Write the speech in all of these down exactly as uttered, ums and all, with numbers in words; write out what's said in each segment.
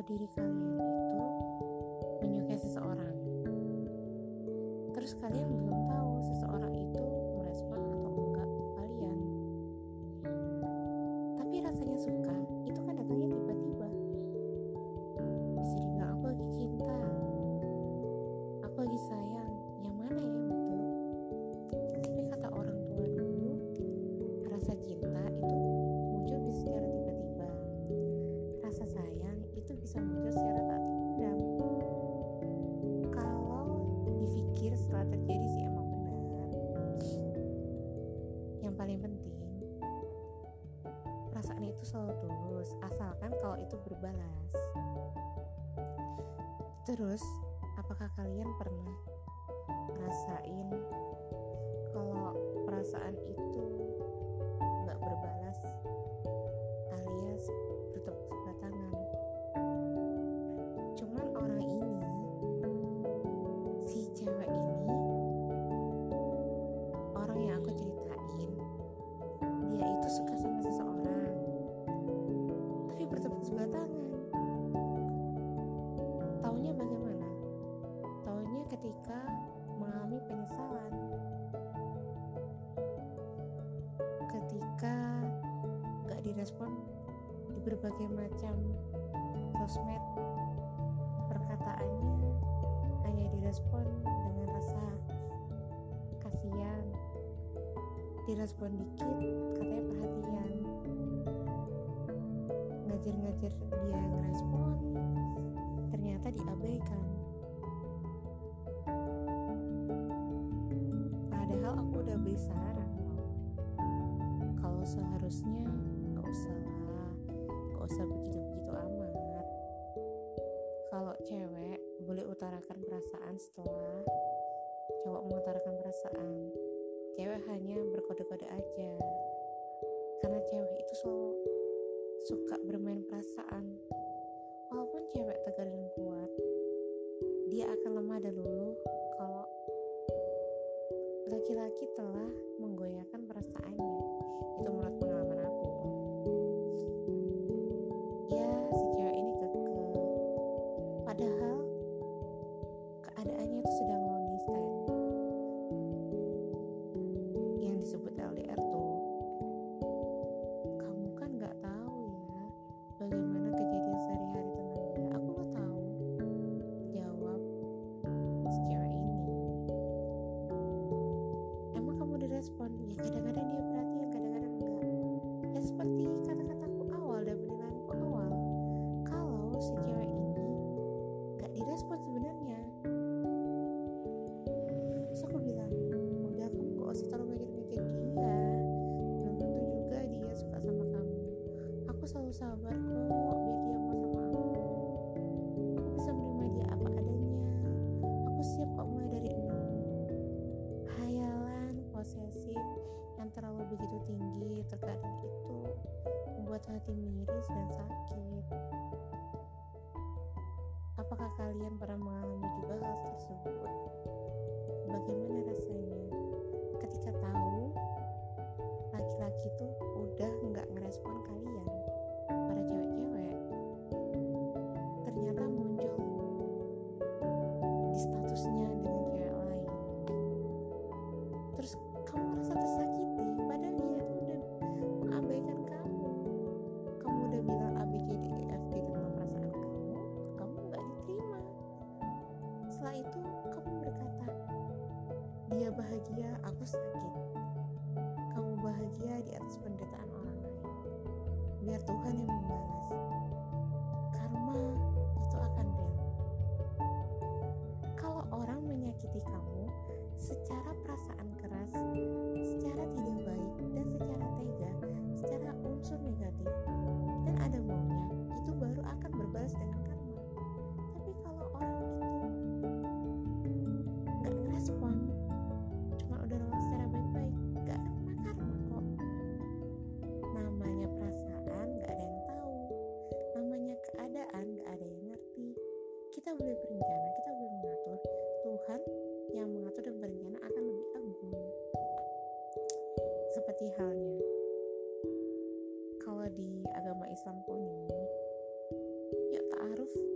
diri kalian itu menyukai seseorang, terus kalian belum tahu seseorang itu merespon atau enggak ke kalian, tapi rasanya suka itu kan datangnya tiba-tiba. Bisa dibilang aku lagi cinta, aku lagi sayang, yang mana ya betul? Tapi kata orang tua dulu, rasa cinta itu muncul bisa secara tiba-tiba, rasa sayang itu bisa muncul secara tak terpendam. Kalau dipikir setelah terjadi sih emang benar. Yang paling penting, perasaan itu selalu tulus, asalkan kalau itu berbalas. Terus, apakah kalian pernah ngerasain kalau perasaan itu gak berbalas alias bertepuk sebelah tangan? Cuman orang ini, si cewek ini, orang yang aku ceritain, dia itu suka sama seseorang, tapi bertepuk sebelah tangan. Taunya bagaimana? Taunya ketika mengalami penyesalan, ketika gak direspon di berbagai macam sosmed, perkataannya hanya direspon dengan rasa kasihan, direspon dikit katanya perhatian, ngajar-ngajar dia ngerespon ternyata diabaikan. Padahal aku udah beri saran loh, kalau seharusnya gak usah lah, gak usah begitu-begitu amat. Kalau cewek boleh utarakan perasaan setelah cowok mengutarakan perasaan, cewek hanya berkode-kode aja, karena cewek itu selalu suka bermain perasaan. Walaupun cewek tegar dan kuat, dia akan lemah dan luluh kalau laki-laki telah menggoyahkan perasaannya. Itu menurut pengalaman aku. Ya, si cewek ini kekeh, padahal keadaannya itu sedang long distance. Yang disebut L D R tuh, kamu kan gak tahu ya bagaimana kejadian sehari-hari tentang dia. Aku lo tahu, jawab si cewek ini. Emang kamu direspon? Ya kadang-kadang dia perhatian, kadang-kadang enggak. Ya seperti kata-kataku awal dan penilaianku awal, kalau si cewek ini gak direspon sebenarnya. Terus aku bilang, udah kamu gak usah terlalu ngejar-ngejar dia, belum tentu juga dia suka sama kamu. Aku selalu sabar kok biar dia mau sama aku. Aku bisa menerima dia apa adanya. Aku siap kok mulai dari nol. Hayalan posesif yang terlalu begitu tinggi terkadang itu membuat hati miris dan sakit. Apakah kalian pernah mengalami juga hal tersebut? Bagaimana rasanya ketika tahu laki-laki tuh udah gak ngerespon kalian, para cewek-cewek, ternyata muncul di statusnya dengan cewek lain. Terus kamu merasa tersakiti, padahal dia tuh udah mengabaikan kamu. Kamu udah bilang A B C D E F G tentang perasaan kamu, kamu gak diterima. Setelah itu kamu berkata, dia bahagia, aku sakit. Kamu bahagia di atas penderitaan orang lain. Biar Tuhan yang membalas. Karma itu akan real. Kalau orang menyakiti kamu secara perasaan keras, secara tidak baik, dan secara tega, secara unsur negatif, dan ada maunya, itu baru akan berbalas dengan karma. Tapi kalau orang itu gak ngerespon, cuma udah nolak secara baik-baik, gak akan kena karma kok. Namanya perasaan gak ada yang tahu, namanya keadaan gak ada yang ngerti. Kita boleh berencana, kita boleh mengatur, Tuhan yang mengatur dan berencana akan lebih agung. Seperti halnya kalau di agama Islam pun ini, ya ta'aruf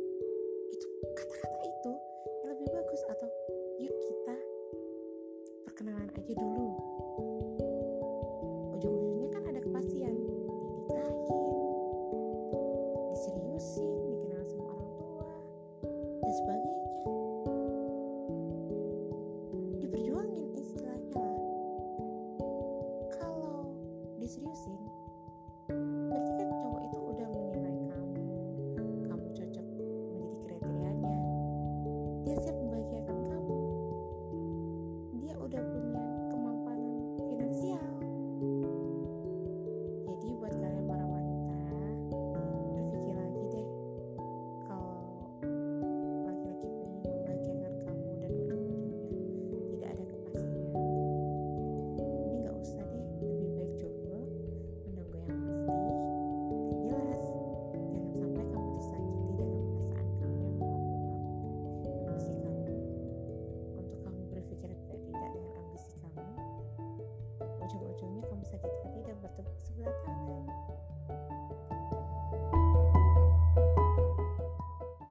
perkenalan aja dulu.